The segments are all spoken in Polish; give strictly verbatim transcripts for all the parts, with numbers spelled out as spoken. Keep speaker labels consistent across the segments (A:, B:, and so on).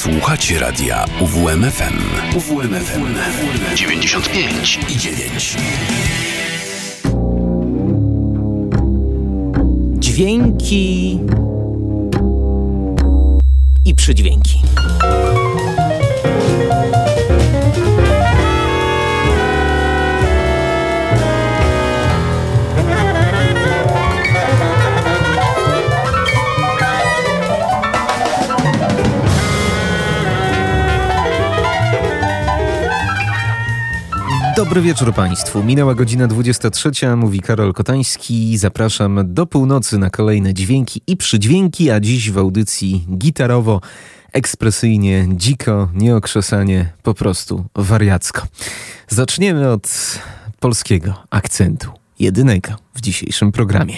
A: Słuchacie radia U W M F M. U W M F M dziewięćdziesiąt pięć i dziewięć.
B: Dźwięki i przydźwięki. Dobry wieczór Państwu. Minęła godzina dwudziesta trzecia, mówi Karol Kotański. Zapraszam do północy na kolejne dźwięki i przydźwięki, a dziś w audycji gitarowo, ekspresyjnie, dziko, nieokrzesanie, po prostu wariacko. Zaczniemy od polskiego akcentu, jedynego w dzisiejszym programie.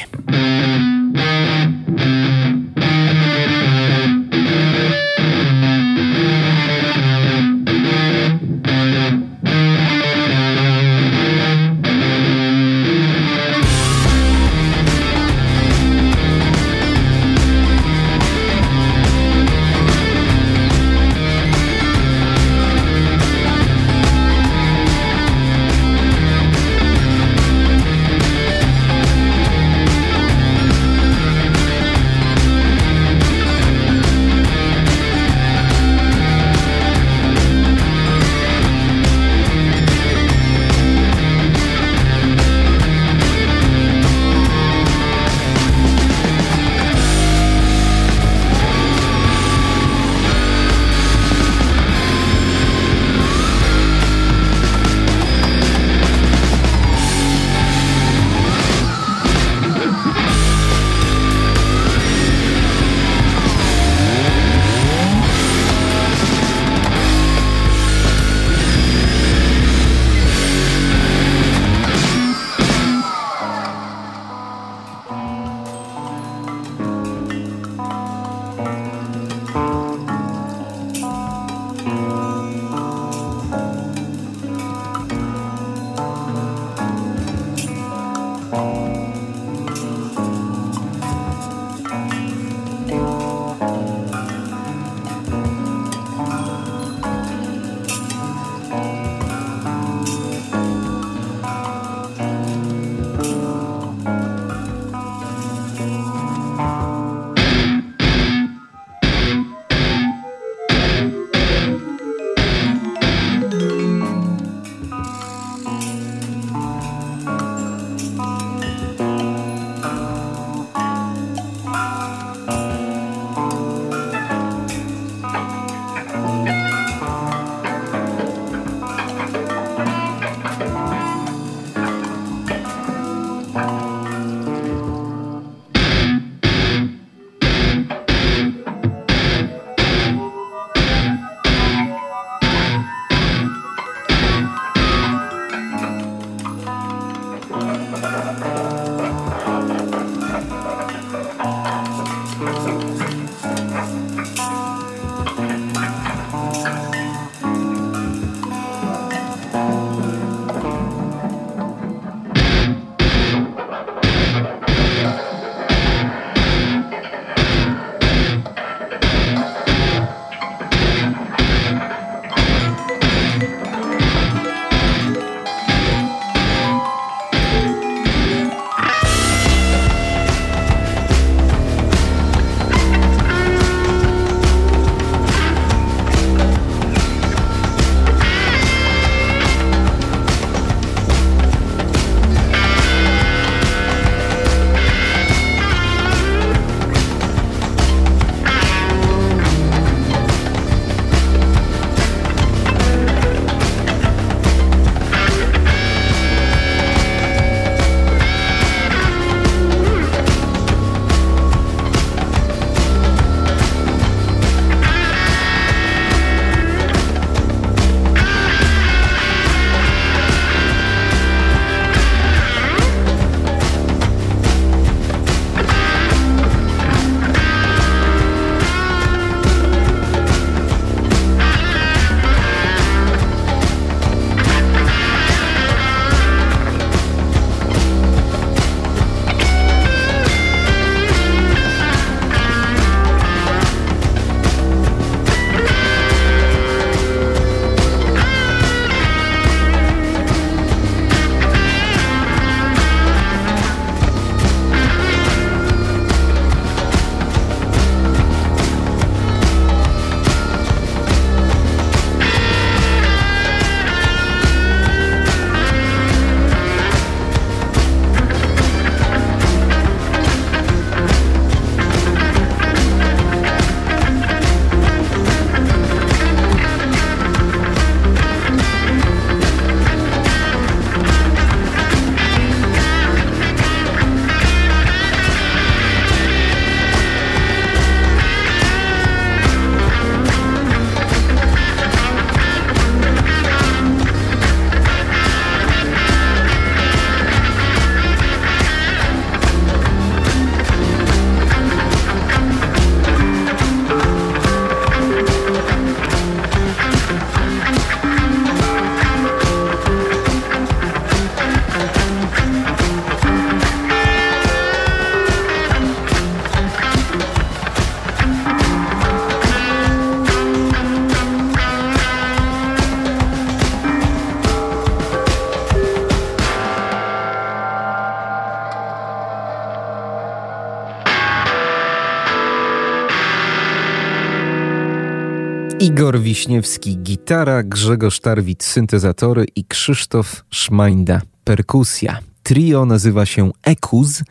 B: Igor Wiśniewski gitara, Grzegorz Tarwit syntezatory i Krzysztof Szmajda perkusja. Trio nazywa się Ekuz,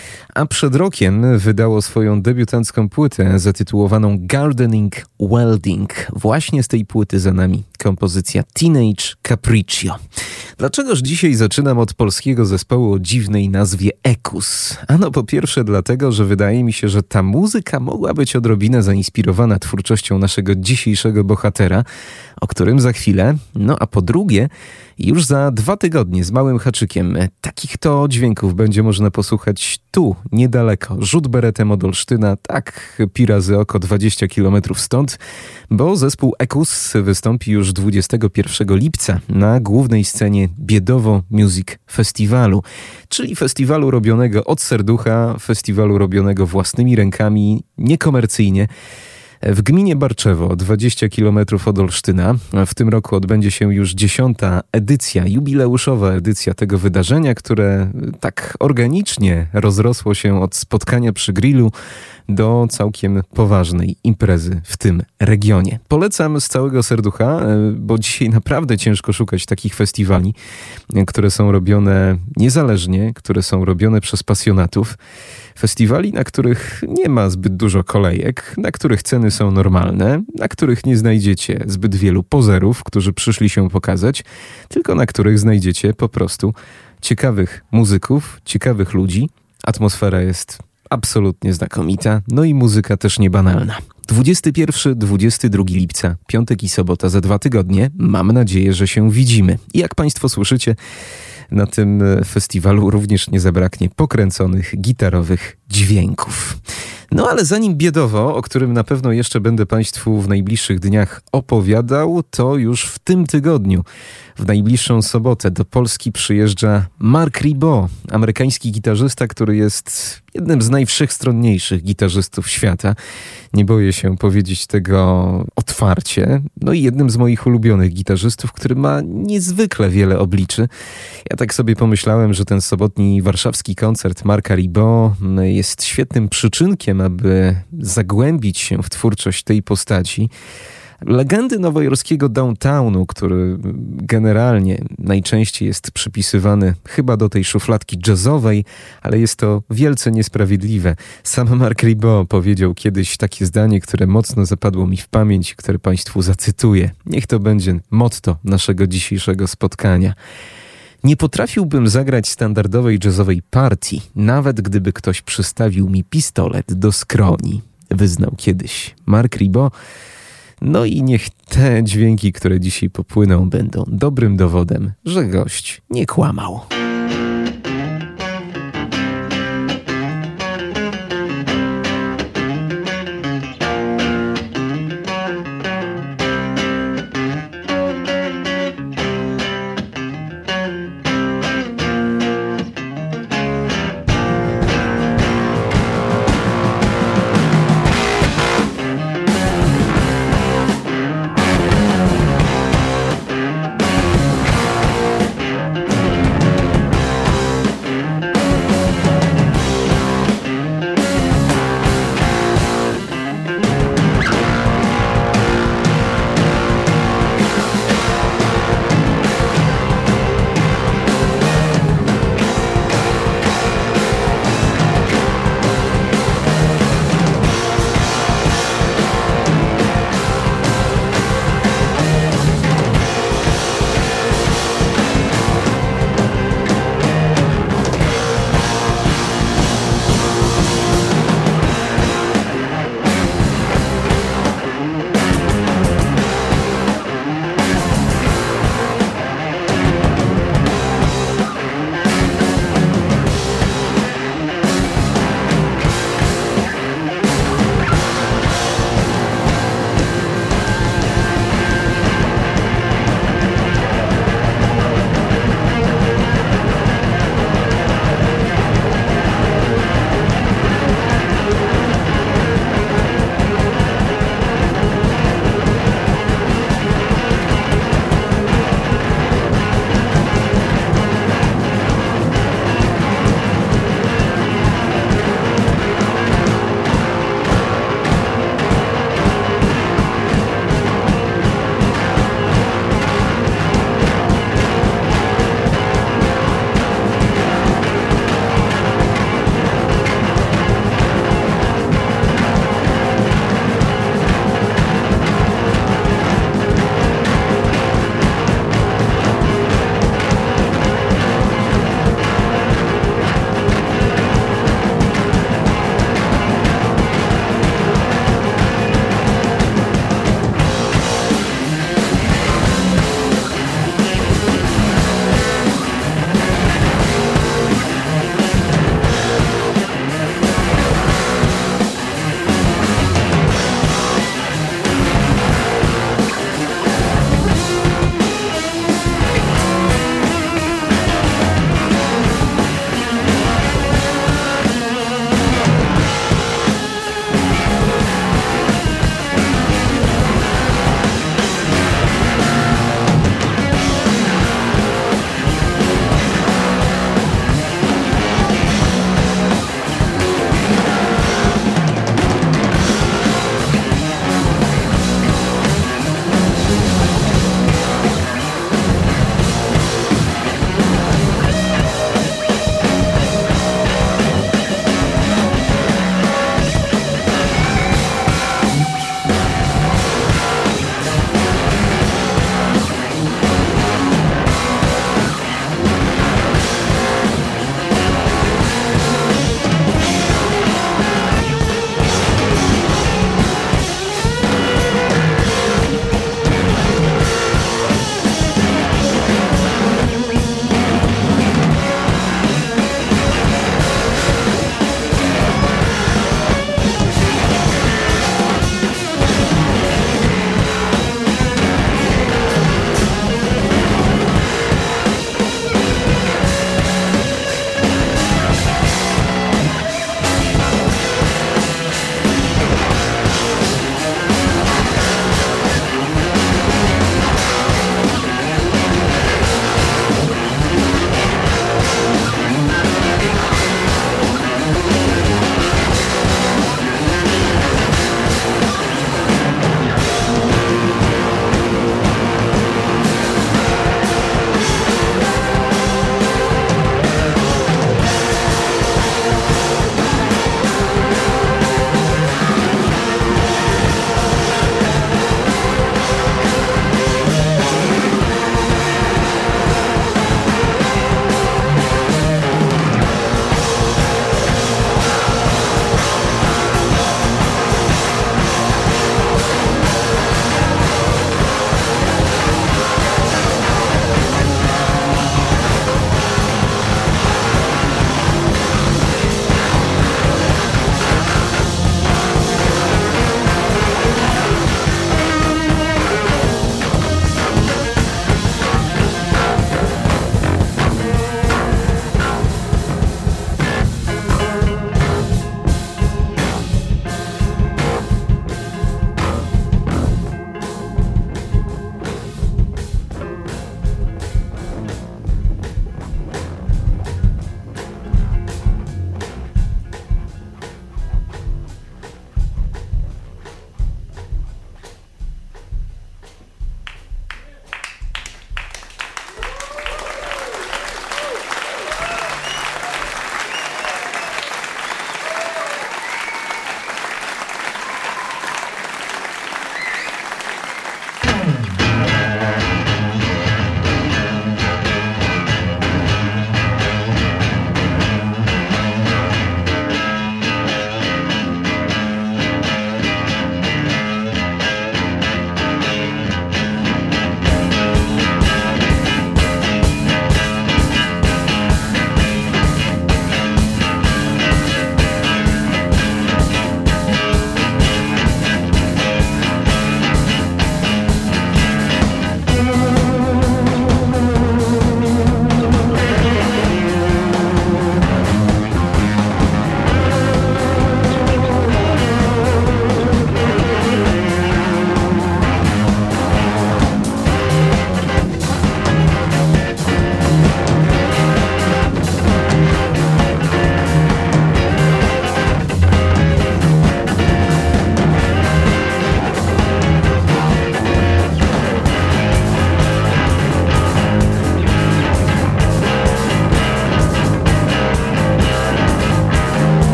B: a przed rokiem wydało swoją debiutancką płytę zatytułowaną Gardening Welding. Właśnie z tej płyty za nami kompozycja Teenage Capriccio. Dlaczegoż dzisiaj zaczynam od polskiego zespołu o dziwnej nazwie Ekuz? Ano po pierwsze dlatego, że wydaje mi się, że ta muzyka mogła być odrobinę zainspirowana twórczością naszego dzisiejszego bohatera, o którym za chwilę. No a po drugie, już za dwa tygodnie z małym haczykiem takich to dźwięków będzie można posłuchać tu, niedaleko, rzut beretem od Olsztyna, tak pi razy oko dwadzieścia kilometrów stąd, bo zespół Ekuz wystąpi już dwudziestego pierwszego lipca na głównej scenie Biedowo Music Festiwalu, czyli festiwalu robionego od serducha, festiwalu robionego własnymi rękami, niekomercyjnie, w gminie Barczewo, dwadzieścia kilometrów od Olsztyna. W tym roku odbędzie się już dziesiąta edycja, jubileuszowa edycja tego wydarzenia, które tak organicznie rozrosło się od spotkania przy grillu do całkiem poważnej imprezy w tym regionie. Polecam z całego serducha, bo dzisiaj naprawdę ciężko szukać takich festiwali, które są robione niezależnie, które są robione przez pasjonatów. Festiwali, na których nie ma zbyt dużo kolejek, na których ceny są normalne, na których nie znajdziecie zbyt wielu pozerów, którzy przyszli się pokazać, tylko na których znajdziecie po prostu ciekawych muzyków, ciekawych ludzi. Atmosfera jest absolutnie znakomita, no i muzyka też niebanalna. dwudziestego pierwszego do dwudziestego drugiego lipca, piątek i sobota za dwa tygodnie. Mam nadzieję, że się widzimy. I jak Państwo słyszycie, na tym festiwalu również nie zabraknie pokręconych gitarowych dźwięków. No ale zanim Biedowo, o którym na pewno jeszcze będę Państwu w najbliższych dniach opowiadał, to już w tym tygodniu, w najbliższą sobotę do Polski przyjeżdża Mark Ribot, amerykański gitarzysta, który jest jednym z najwszechstronniejszych gitarzystów świata. Nie boję się powiedzieć tego otwarcie. No i jednym z moich ulubionych gitarzystów, który ma niezwykle wiele obliczy. Ja tak sobie pomyślałem, że ten sobotni warszawski koncert Marka Ribot jest świetnym przyczynkiem, aby zagłębić się w twórczość tej postaci. Legendy nowojorskiego downtownu, który generalnie najczęściej jest przypisywany chyba do tej szufladki jazzowej, ale jest to wielce niesprawiedliwe. Sam Mark Ribot powiedział kiedyś takie zdanie, które mocno zapadło mi w pamięć, które Państwu zacytuję. Niech to będzie motto naszego dzisiejszego spotkania. Nie potrafiłbym zagrać standardowej jazzowej partii, nawet gdyby ktoś przystawił mi pistolet do skroni, wyznał kiedyś Mark Ribot. No i niech te dźwięki, które dzisiaj popłyną, będą dobrym dowodem, że gość nie kłamał.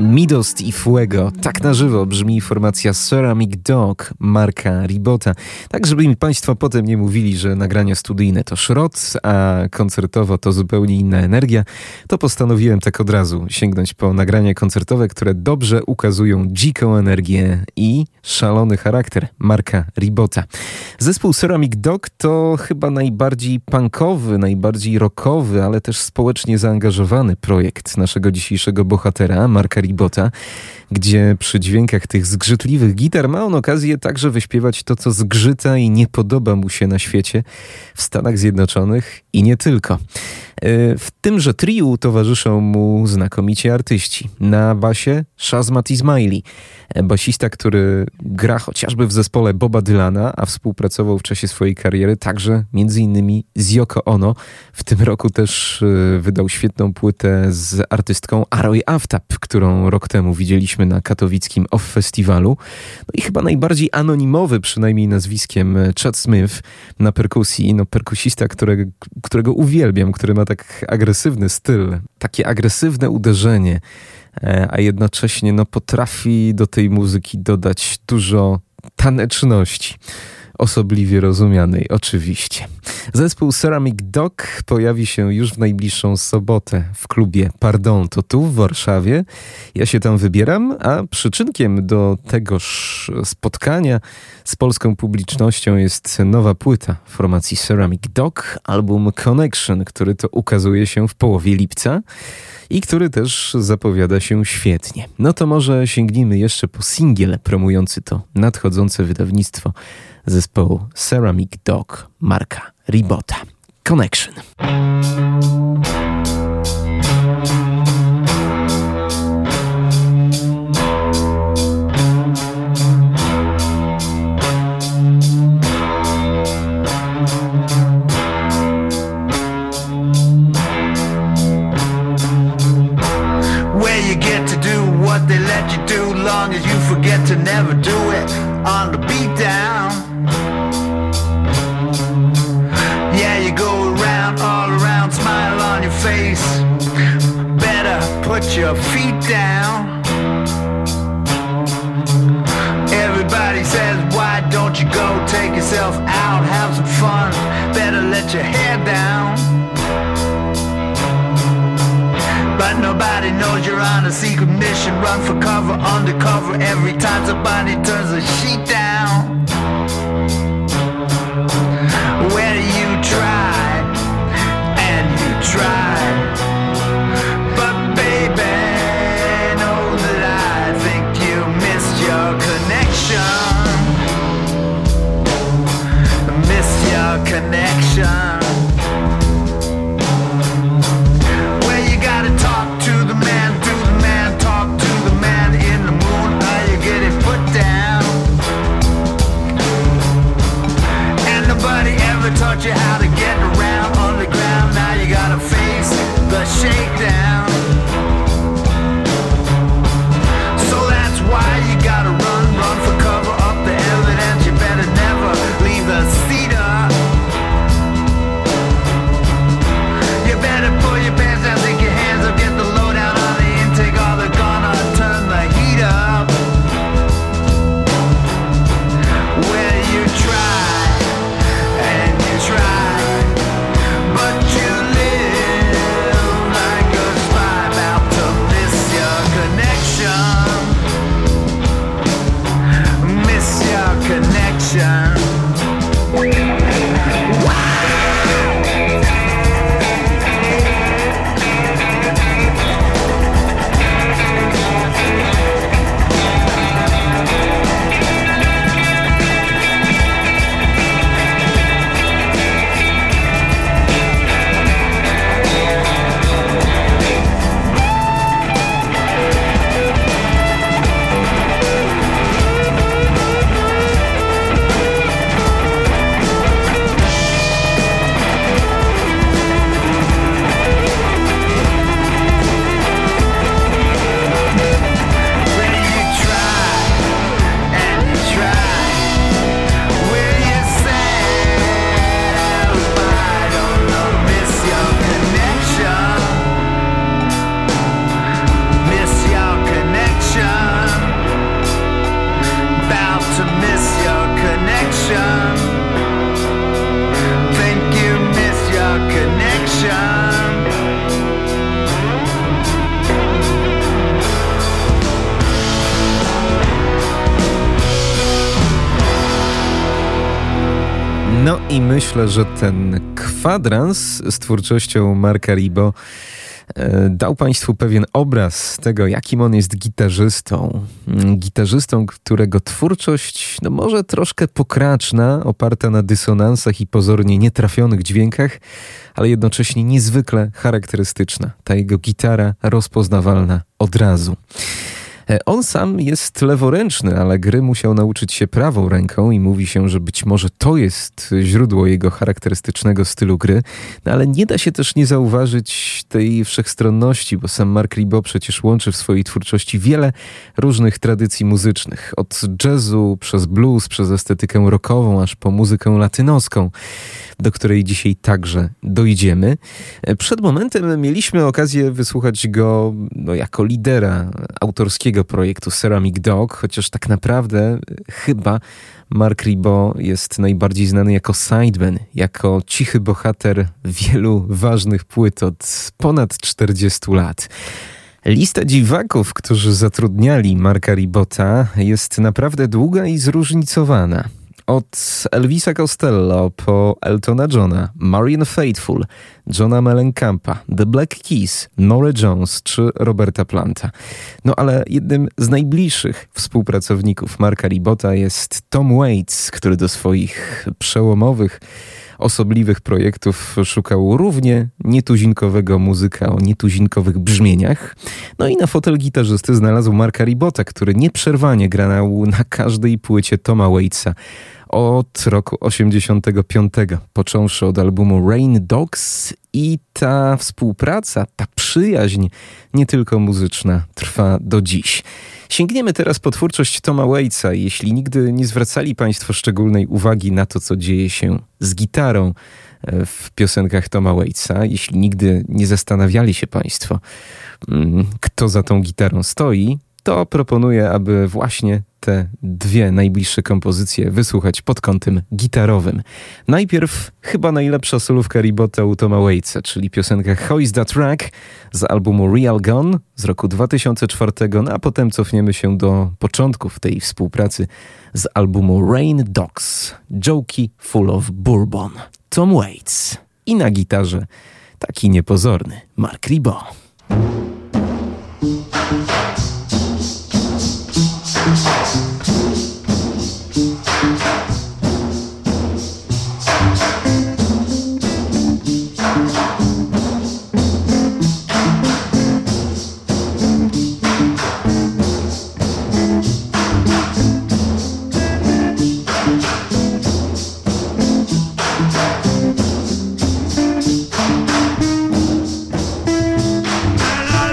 B: Midost i Fuego. Tak na żywo brzmi formacja Ceramic Dog Marka Ribota. Tak, żeby mi państwo potem nie mówili, że nagrania studyjne to szrot, a koncertowo to zupełnie inna energia, to postanowiłem tak od razu sięgnąć po nagrania koncertowe, które dobrze ukazują dziką energię i szalony charakter Marka Ribota. Zespół Ceramic Dog to chyba najbardziej punkowy, najbardziej rockowy, ale też społecznie zaangażowany projekt naszego dzisiejszego bohatera, Marka Ribota, gdzie przy dźwiękach tych zgrzytliwych gitar ma on okazję także wyśpiewać to, co zgrzyta i nie podoba mu się na świecie w Stanach Zjednoczonych i nie tylko. W tymże triu towarzyszą mu znakomici artyści. Na basie Shazmat Ismaili, basista, który gra chociażby w zespole Boba Dylana, a współpracował w czasie swojej kariery także między innymi z Yoko Ono. W tym roku też wydał świetną płytę z artystką Aroy Aftab, którą rok temu widzieliśmy na katowickim Off Festiwalu. No i chyba najbardziej anonimowy, przynajmniej nazwiskiem, Chad Smith na perkusji. No perkusista, którego, którego uwielbiam, który ma tak agresywny styl, takie agresywne uderzenie, a jednocześnie no, potrafi do tej muzyki dodać dużo taneczności. Osobliwie rozumianej, oczywiście. Zespół Ceramic Dog pojawi się już w najbliższą sobotę w klubie Pardon, to tu w Warszawie. Ja się tam wybieram, a przyczynkiem do tegoż spotkania z polską publicznością jest nowa płyta formacji Ceramic Dog, album Connection, który to ukazuje się w połowie lipca i który też zapowiada się świetnie. No to może sięgnijmy jeszcze po singiel promujący to nadchodzące wydawnictwo zespołu Ceramic Dog Marka Ribota. Connection.
C: They let you do long as you forget to never do it on the beat down. Yeah, you go around, all around, smile on your face. Better put your feet down. Everybody says, why don't you go take yourself out, have some fun. Better let your hair down. But nobody knows you're on a secret mission. Run for cover, undercover. Every time somebody turns the sheet down. Where you try, and you try, but baby, know that I think you missed your connection. Missed your connection. Taught you how to get around underground. Now you gotta face the shakedown. So that's why you gotta run, run for cover up the evidence. You better never leave the seat up. You better pull your pants down, take your hands up, get the load out on the intake, or they're gonna turn the heat up. Where you try, try, but you live like a
B: I myślę, że ten kwadrans z twórczością Marka Ribot dał Państwu pewien obraz tego, jakim on jest gitarzystą. Gitarzystą, którego twórczość no może troszkę pokraczna, oparta na dysonansach i pozornie nietrafionych dźwiękach, ale jednocześnie niezwykle charakterystyczna. Ta jego gitara rozpoznawalna od razu. On sam jest leworęczny, ale gry musiał nauczyć się prawą ręką i mówi się, że być może to jest źródło jego charakterystycznego stylu gry, no ale nie da się też nie zauważyć tej wszechstronności, bo sam Mark Ribot przecież łączy w swojej twórczości wiele różnych tradycji muzycznych. Od jazzu, przez blues, przez estetykę rockową, aż po muzykę latynoską, do której dzisiaj także dojdziemy. Przed momentem mieliśmy okazję wysłuchać go no, jako lidera autorskiego projektu Ceramic Dog, chociaż tak naprawdę chyba Mark Ribot jest najbardziej znany jako sideman, jako cichy bohater wielu ważnych płyt od ponad czterdziestu lat. Lista dziwaków, którzy zatrudniali Marka Ribota, jest naprawdę długa i zróżnicowana. Od Elvisa Costello po Eltona Johna, Marianne Faithfull, Johna Mellenkampa, The Black Keys, Norah Jones czy Roberta Planta. No ale jednym z najbliższych współpracowników Marka Ribota jest Tom Waits, który do swoich przełomowych, osobliwych projektów szukał równie nietuzinkowego muzyka o nietuzinkowych brzmieniach. No i na fotel gitarzysty znalazł Marka Ribota, który nieprzerwanie grał na każdej płycie Toma Waitsa od roku osiemdziesiątego piątego, począwszy od albumu Rain Dogs, i ta współpraca, ta przyjaźń, nie tylko muzyczna, trwa do dziś. Sięgniemy teraz po twórczość Toma Waitsa. Jeśli nigdy nie zwracali Państwo szczególnej uwagi na to, co dzieje się z gitarą w piosenkach Toma Waitsa, jeśli nigdy nie zastanawiali się Państwo, kto za tą gitarą stoi, to proponuję, aby właśnie te dwie najbliższe kompozycje wysłuchać pod kątem gitarowym. Najpierw chyba najlepsza solówka Ribota u Toma Waitsa, czyli piosenka How Is That Rag z albumu Real Gone z roku dwa tysiące czwartego, no a potem cofniemy się do początków tej współpracy z albumu Rain Dogs, Jokey Full of Bourbon. Tom Waits i na gitarze taki niepozorny Mark Ribot.
C: La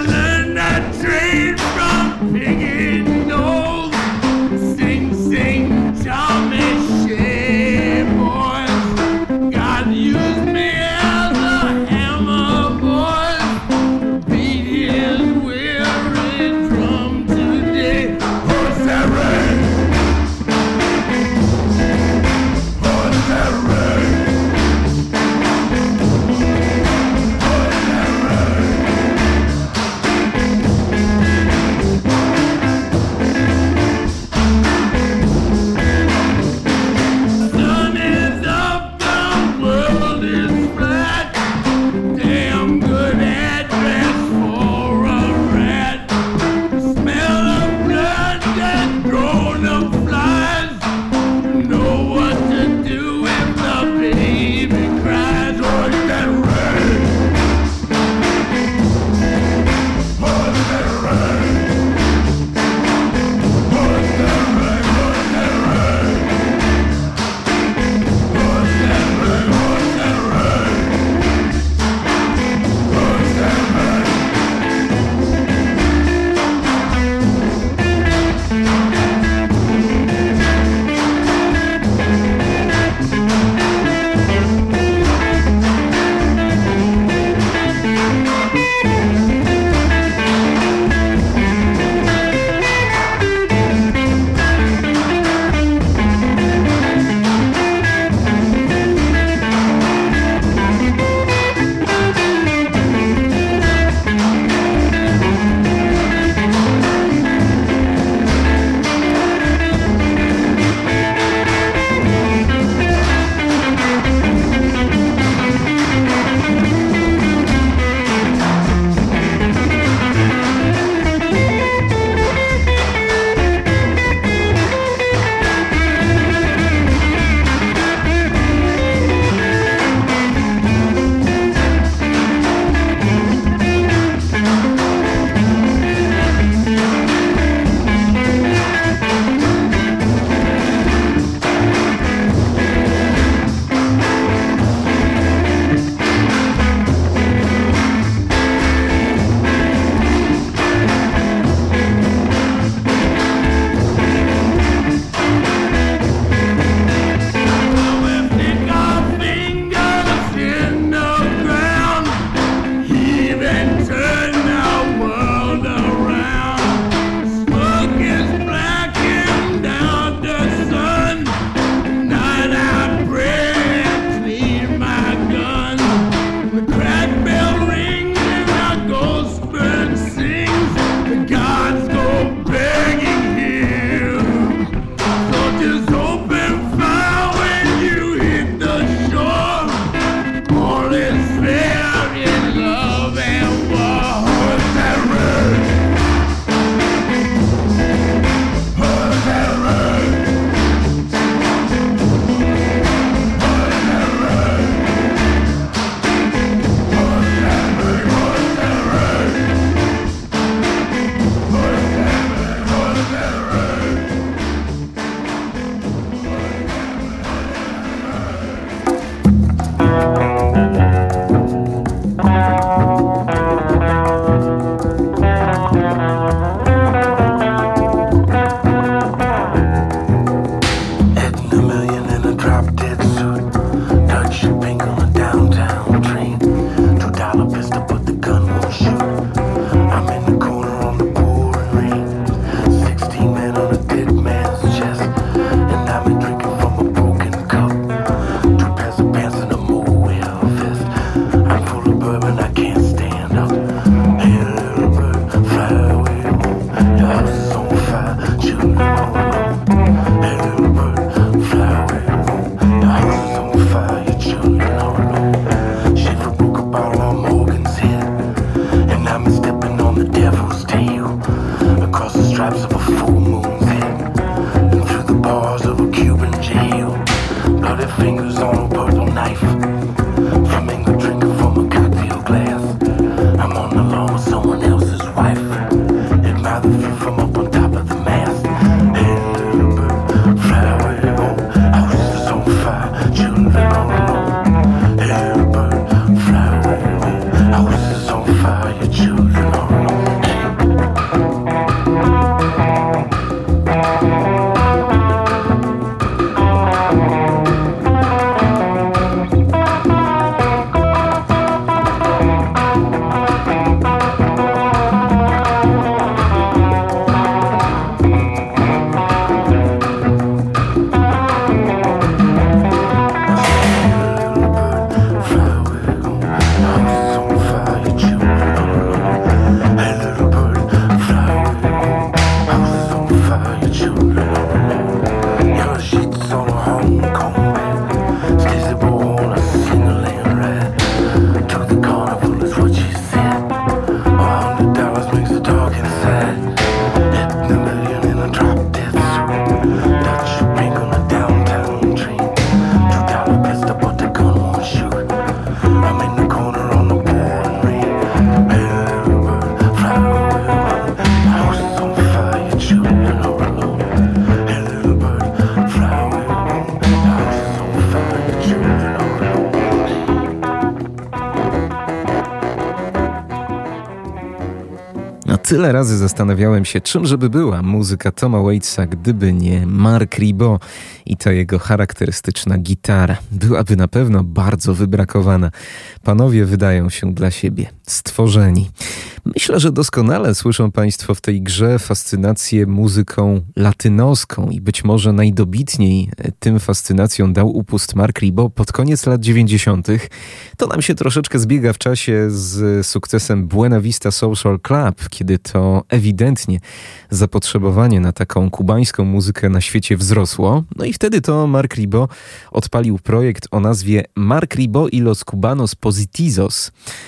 B: Tyle razy zastanawiałem się, czym żeby była muzyka Toma Waitsa, gdyby nie Mark Ribot i ta jego charakterystyczna gitara. Byłaby na pewno bardzo wybrakowana. Panowie wydają się dla siebie stworzeni. Myślę, że doskonale słyszą Państwo w tej grze fascynację muzyką latynoską i być może najdobitniej tym fascynacją dał upust Mark Ribot pod koniec lat dziewięćdziesiątych. To nam się troszeczkę zbiega w czasie z sukcesem Buena Vista Social Club, kiedy to ewidentnie zapotrzebowanie na taką kubańską muzykę na świecie wzrosło. No i wtedy to Mark Ribot odpalił projekt o nazwie Mark Ribot y los Cubanos Positizos.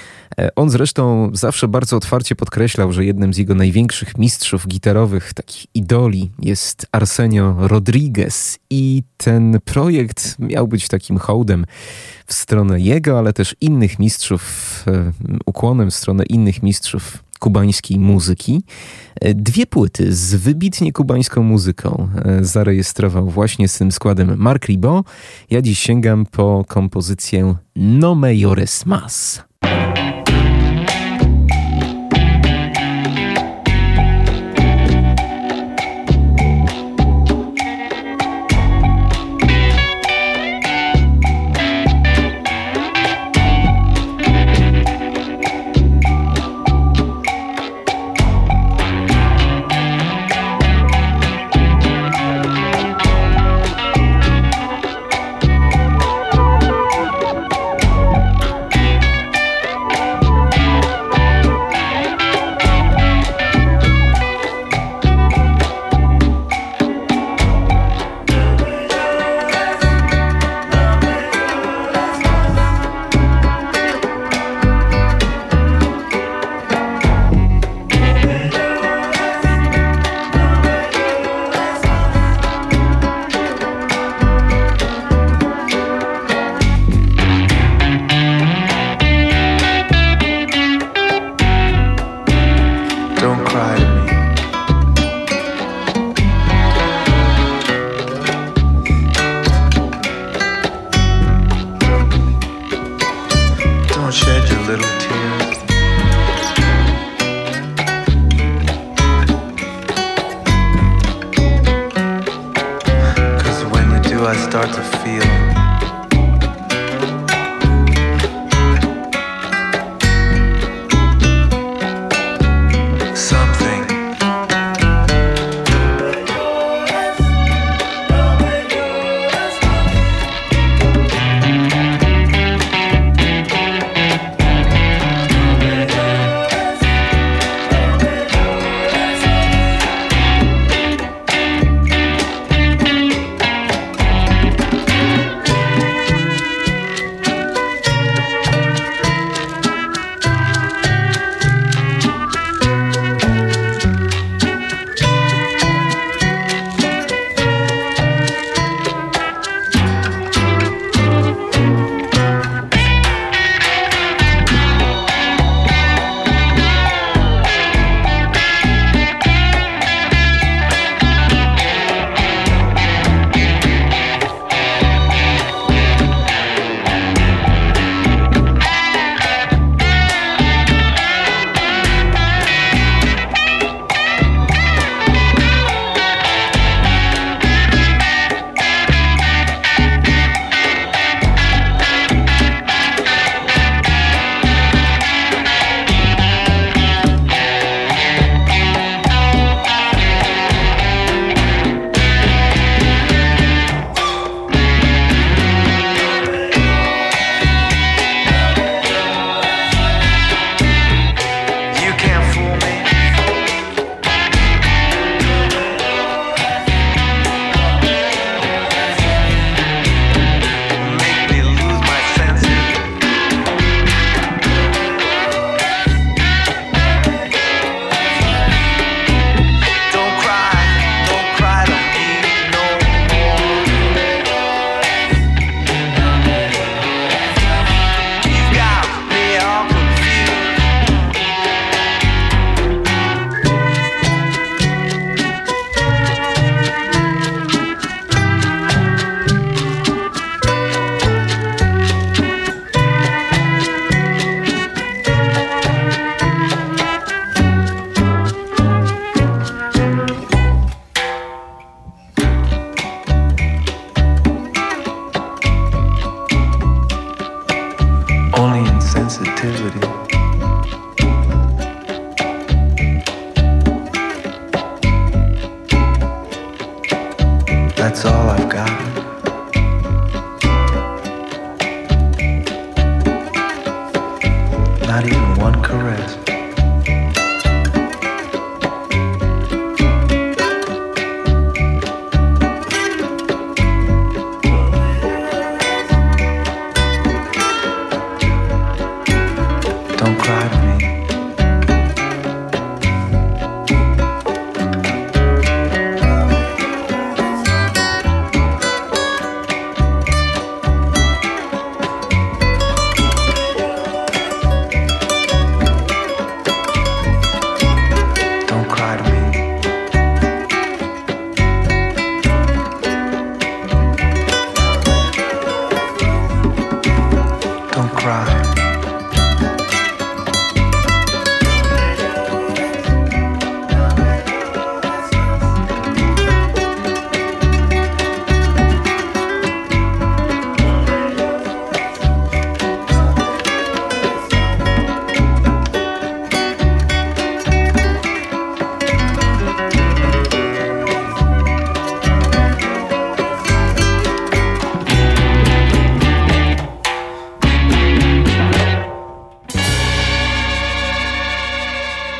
B: On zresztą zawsze bardzo otwarcie podkreślał, że jednym z jego największych mistrzów gitarowych, takich idoli, jest Arsenio Rodriguez i ten projekt miał być takim hołdem w stronę jego, ale też innych mistrzów, ukłonem w stronę innych mistrzów kubańskiej muzyki. Dwie płyty z wybitnie kubańską muzyką zarejestrował właśnie z tym składem Mark Ribot. Ja dziś sięgam po kompozycję No Me Llores Más.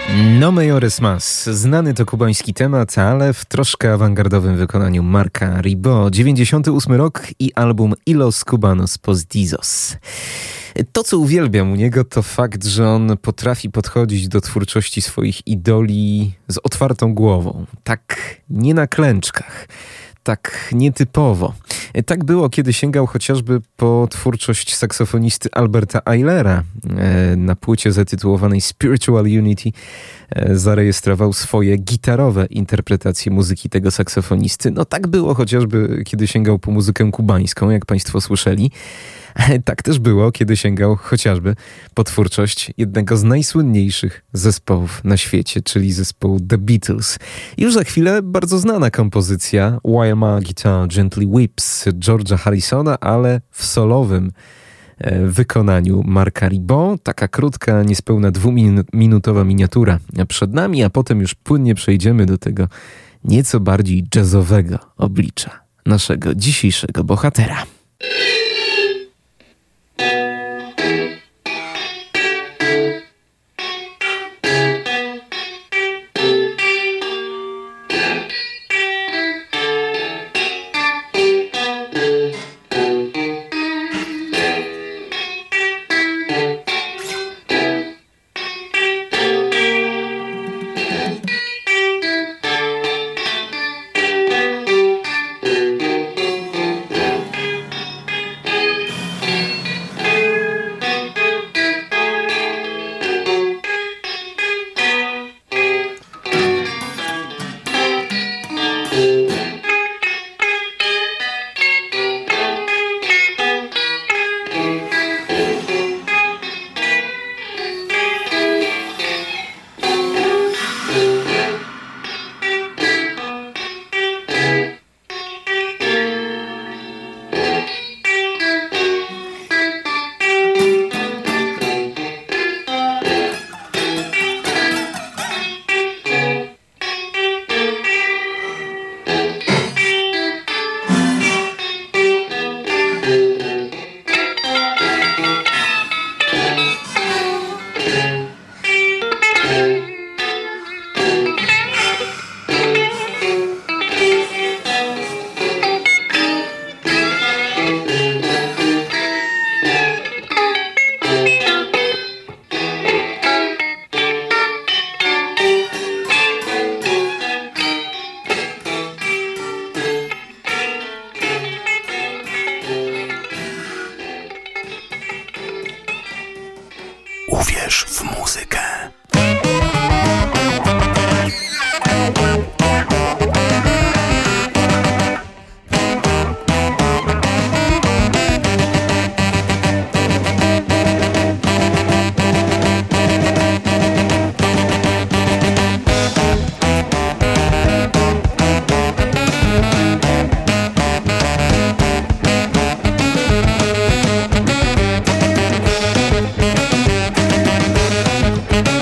B: No Mayores Mas. Znany to kubański temat, ale w troszkę awangardowym wykonaniu Marca Ribot. dziewięćdziesiąty ósmy rok i album Y los Cubanos Postizos. To, co uwielbiam u niego, to fakt, że on potrafi podchodzić do twórczości swoich idoli z otwartą głową. Tak nie na klęczkach. Tak nietypowo. Tak było, kiedy sięgał chociażby po twórczość saksofonisty Alberta Eilera. Na płycie zatytułowanej Spiritual Unity zarejestrował swoje gitarowe interpretacje muzyki tego saksofonisty. No tak było chociażby, kiedy sięgał po muzykę kubańską, jak państwo słyszeli. Tak też było, kiedy sięgał chociażby po twórczość jednego z najsłynniejszych zespołów na świecie, czyli zespołu The Beatles. Już za chwilę bardzo znana kompozycja While My Guitar Gently Weeps George'a Harrisona, ale w solowym wykonaniu Marca Ribot. Taka krótka, niespełna dwuminutowa miniatura przed nami, a potem już płynnie przejdziemy do tego nieco bardziej jazzowego oblicza naszego dzisiejszego bohatera.
A: Uwierz w muzykę.
D: We'll be right back.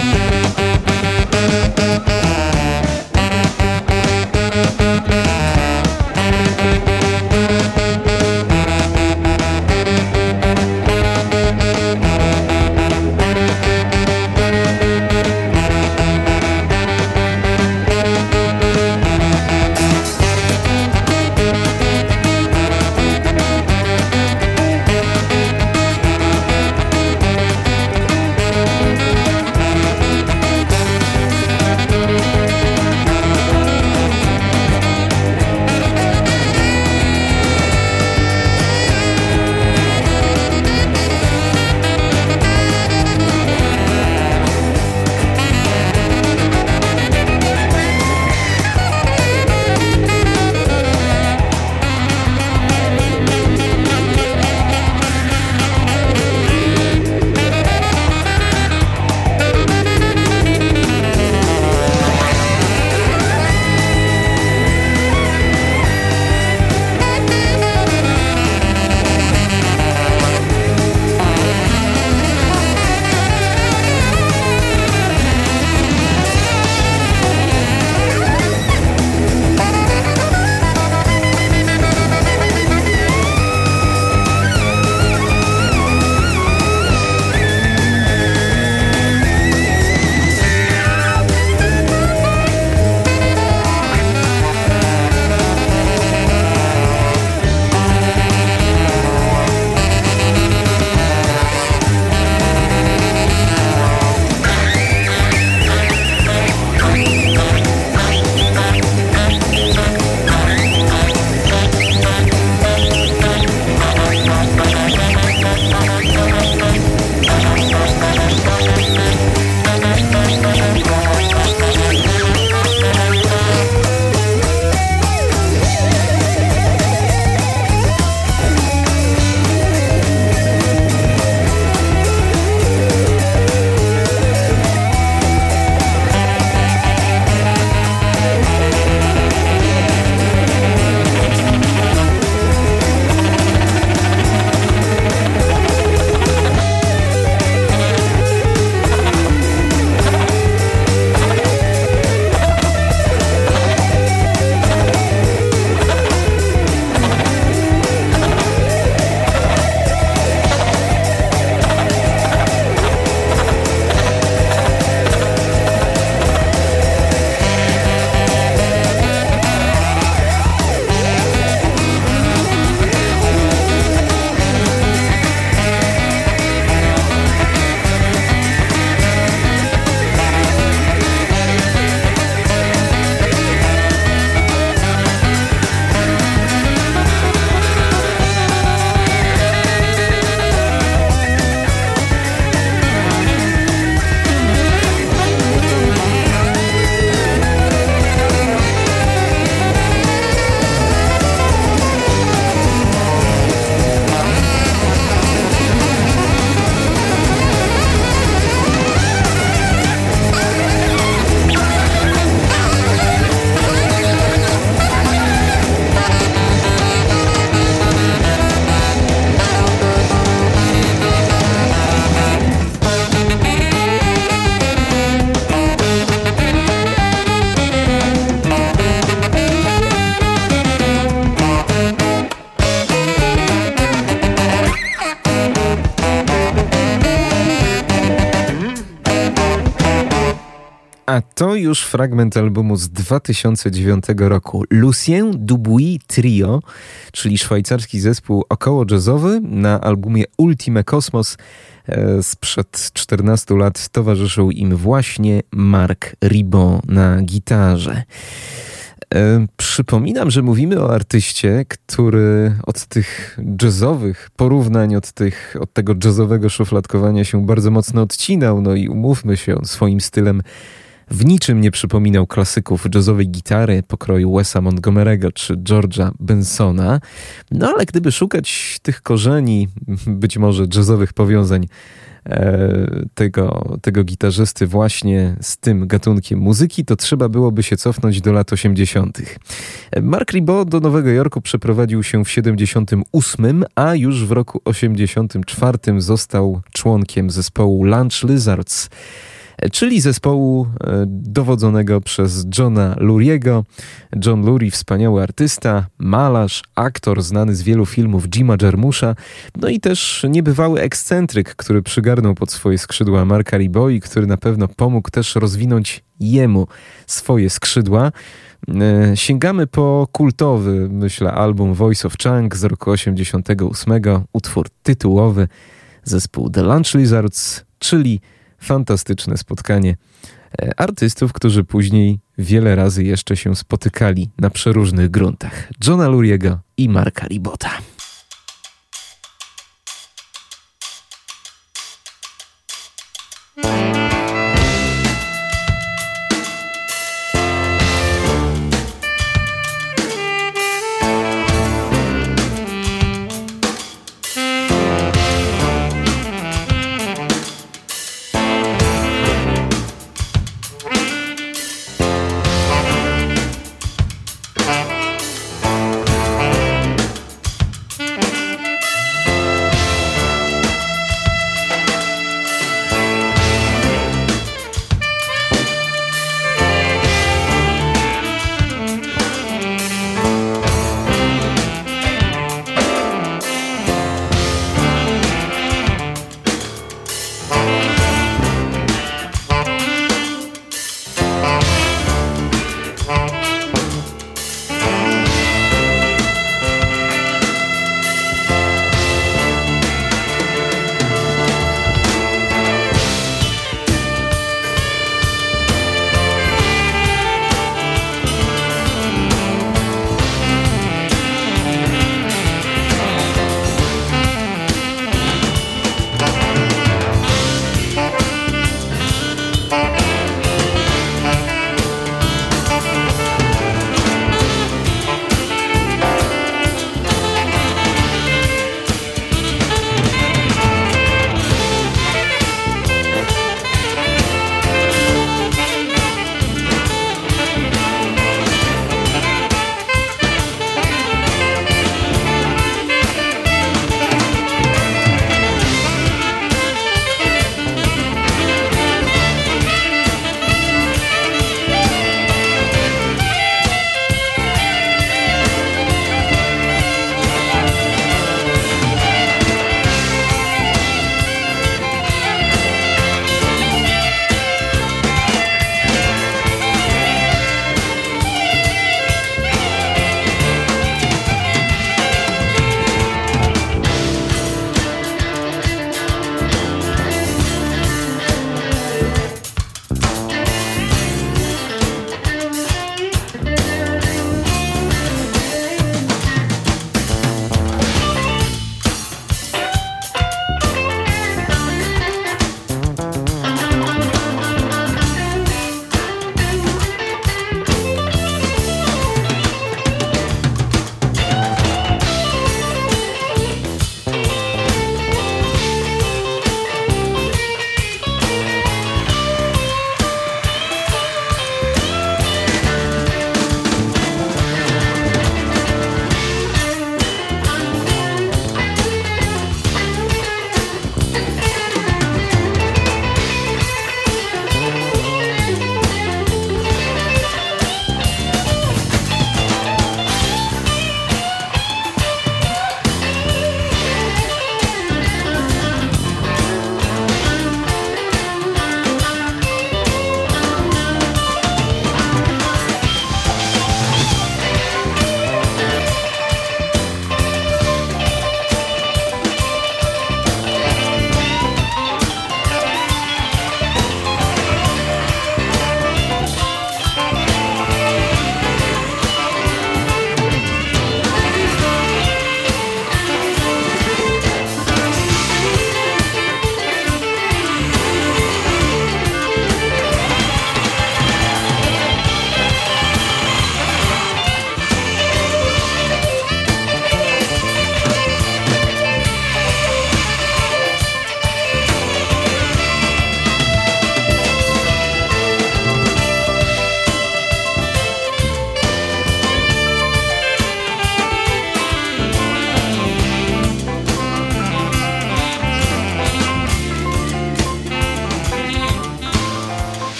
B: A to już fragment albumu z dwa tysiące dziewiątego roku. Lucien Dubuis Trio, czyli szwajcarski zespół około jazzowy. Na albumie Ultime Cosmos sprzed czternastu lat towarzyszył im właśnie Marc Ribot na gitarze. E, przypominam, że mówimy o artyście, który od tych jazzowych porównań, od, tych, od tego jazzowego szufladkowania się bardzo mocno odcinał. No i umówmy się, on swoim stylem w niczym nie przypominał klasyków jazzowej gitary pokroju Wesa Montgomery'ego czy George'a Bensona. No ale gdyby szukać tych korzeni, być może jazzowych powiązań Tego, tego gitarzysty właśnie z tym gatunkiem muzyki, to trzeba byłoby się cofnąć do lat osiemdziesiątych. Marc Ribot do Nowego Jorku przeprowadził się w siedemdziesiątym ósmym, a już w roku osiemdziesiątym czwartym został członkiem zespołu Lunch Lizards, czyli zespołu dowodzonego przez Johna Luriego. John Lurie, wspaniały artysta, malarz, aktor znany z wielu filmów Jima Jarmusza, no i też niebywały ekscentryk, który przygarnął pod swoje skrzydła Marca Ribot i który na pewno pomógł też rozwinąć jemu swoje skrzydła. Sięgamy po kultowy, myślę, album Voice of Chang z roku osiemdziesiątego ósmego, utwór tytułowy, zespół The Lunch Lizards, czyli fantastyczne spotkanie artystów, którzy później wiele razy jeszcze się spotykali na przeróżnych gruntach. Johna Luriego i Marca Ribota.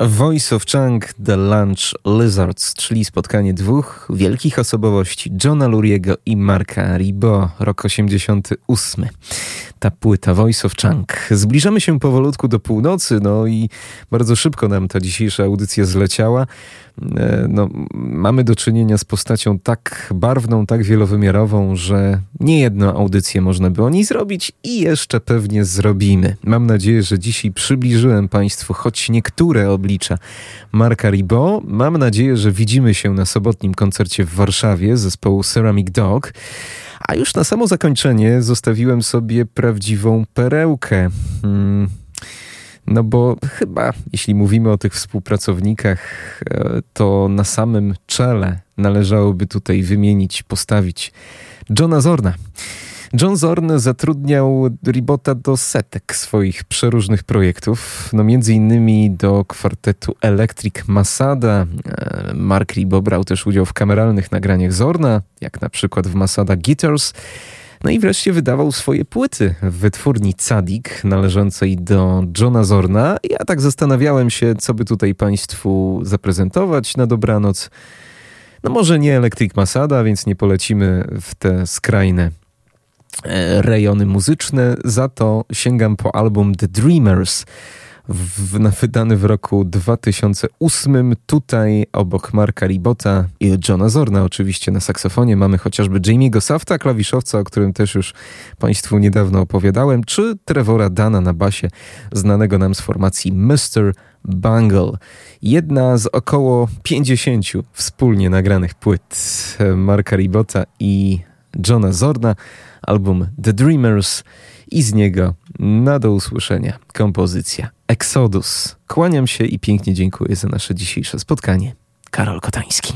B: Voice of Chang, The Lunch Lizards, czyli spotkanie dwóch wielkich osobowości, Johna Luriego i Marka Ribot, rok osiemdziesiąty ósmy. Ta płyta Voice of Chang. Zbliżamy się powolutku do północy, no i bardzo szybko nam ta dzisiejsza audycja zleciała. No, mamy do czynienia z postacią tak barwną, tak wielowymiarową, że niejedną audycję można by o niej zrobić i jeszcze pewnie zrobimy. Mam nadzieję, że dzisiaj przybliżyłem Państwu choć niektóre oblicza Marka Ribot. Mam nadzieję, że widzimy się na sobotnim koncercie w Warszawie zespołu Ceramic Dog. A już na samo zakończenie zostawiłem sobie prawdziwą perełkę. Hmm. No bo chyba, jeśli mówimy o tych współpracownikach, to na samym czele należałoby tutaj wymienić, postawić Johna Zorna. John Zorn zatrudniał Ribota do setek swoich przeróżnych projektów, no między innymi do kwartetu Electric Masada. Mark Ribot brał też udział w kameralnych nagraniach Zorna, jak na przykład w Masada Guitars. No i wreszcie wydawał swoje płyty w wytwórni Tzadik należącej do Johna Zorna. Ja tak zastanawiałem się, co by tutaj Państwu zaprezentować na dobranoc. No może nie Electric Masada, więc nie polecimy w te skrajne rejony muzyczne. Za to sięgam po album The Dreamers, w, na, wydany w roku dwa tysiące ósmym. Tutaj obok Marka Ribota i Johna Zorna oczywiście na saksofonie mamy chociażby Jamie'ego Safta, klawiszowca, o którym też już Państwu niedawno opowiadałem, czy Trevora Dana na basie, znanego nam z formacji mister Bungle. Jedna z około pięćdziesięciu wspólnie nagranych płyt Marka Ribota i Johna Zorna, album The Dreamers i z niego na do usłyszenia kompozycja Exodus. Kłaniam się i pięknie dziękuję za nasze dzisiejsze spotkanie. Karol Kotański.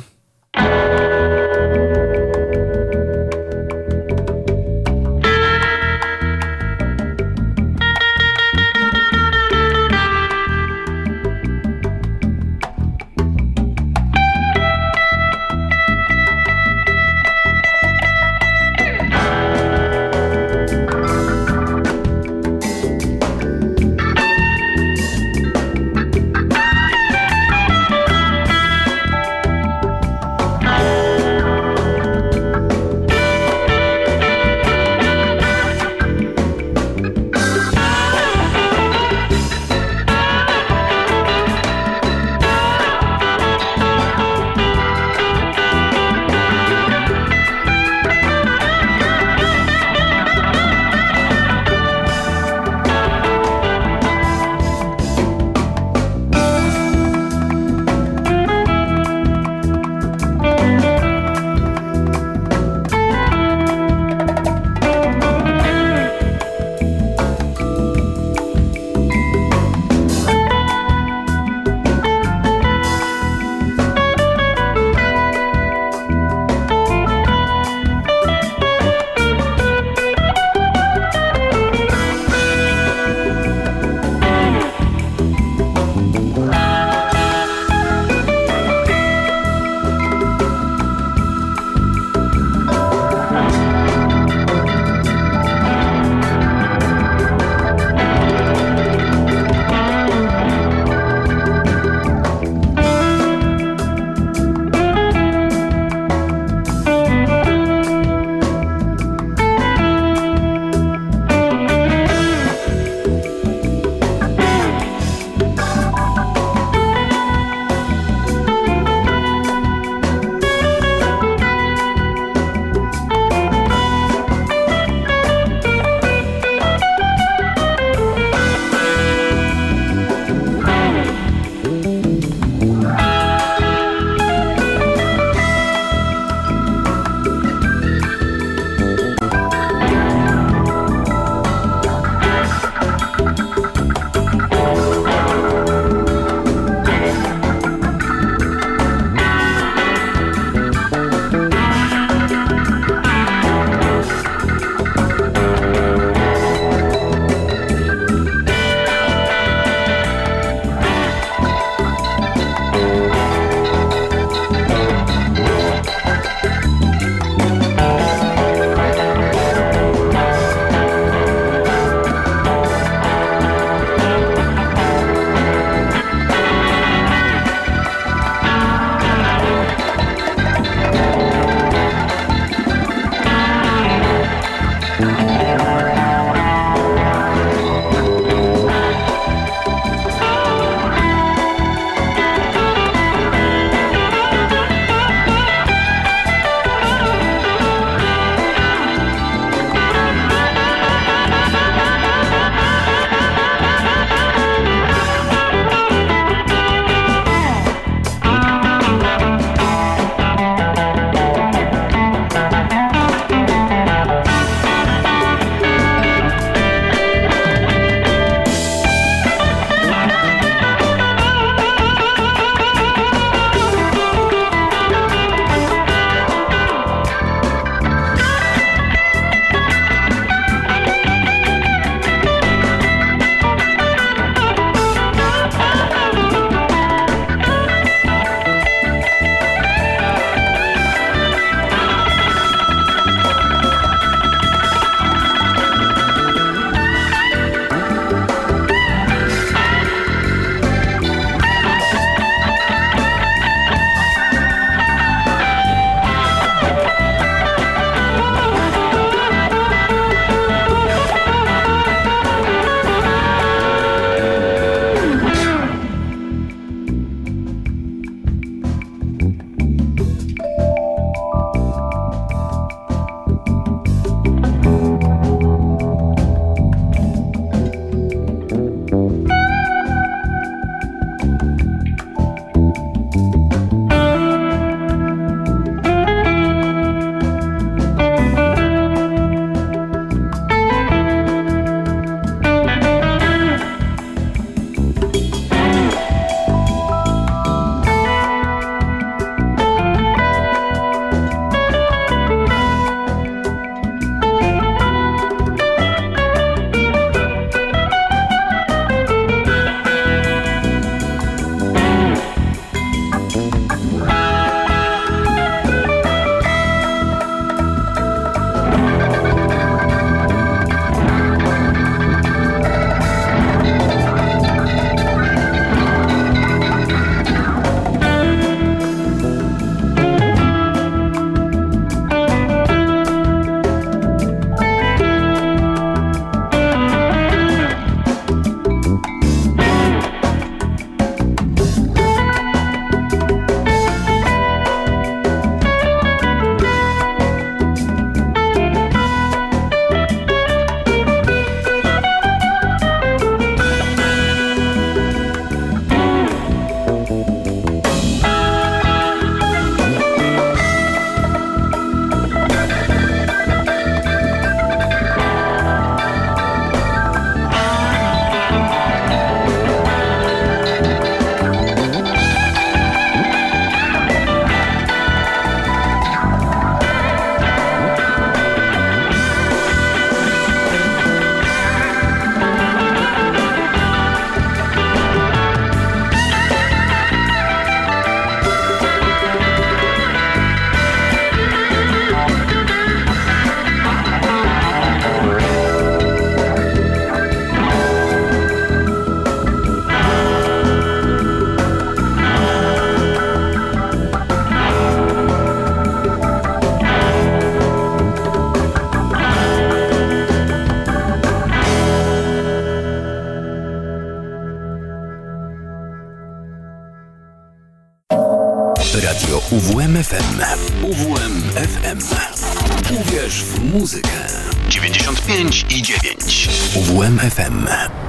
A: Radio U W M F M. U W M F M. Uwierz w muzykę. dziewięćdziesiąt pięć i dziewięć. U W M F M.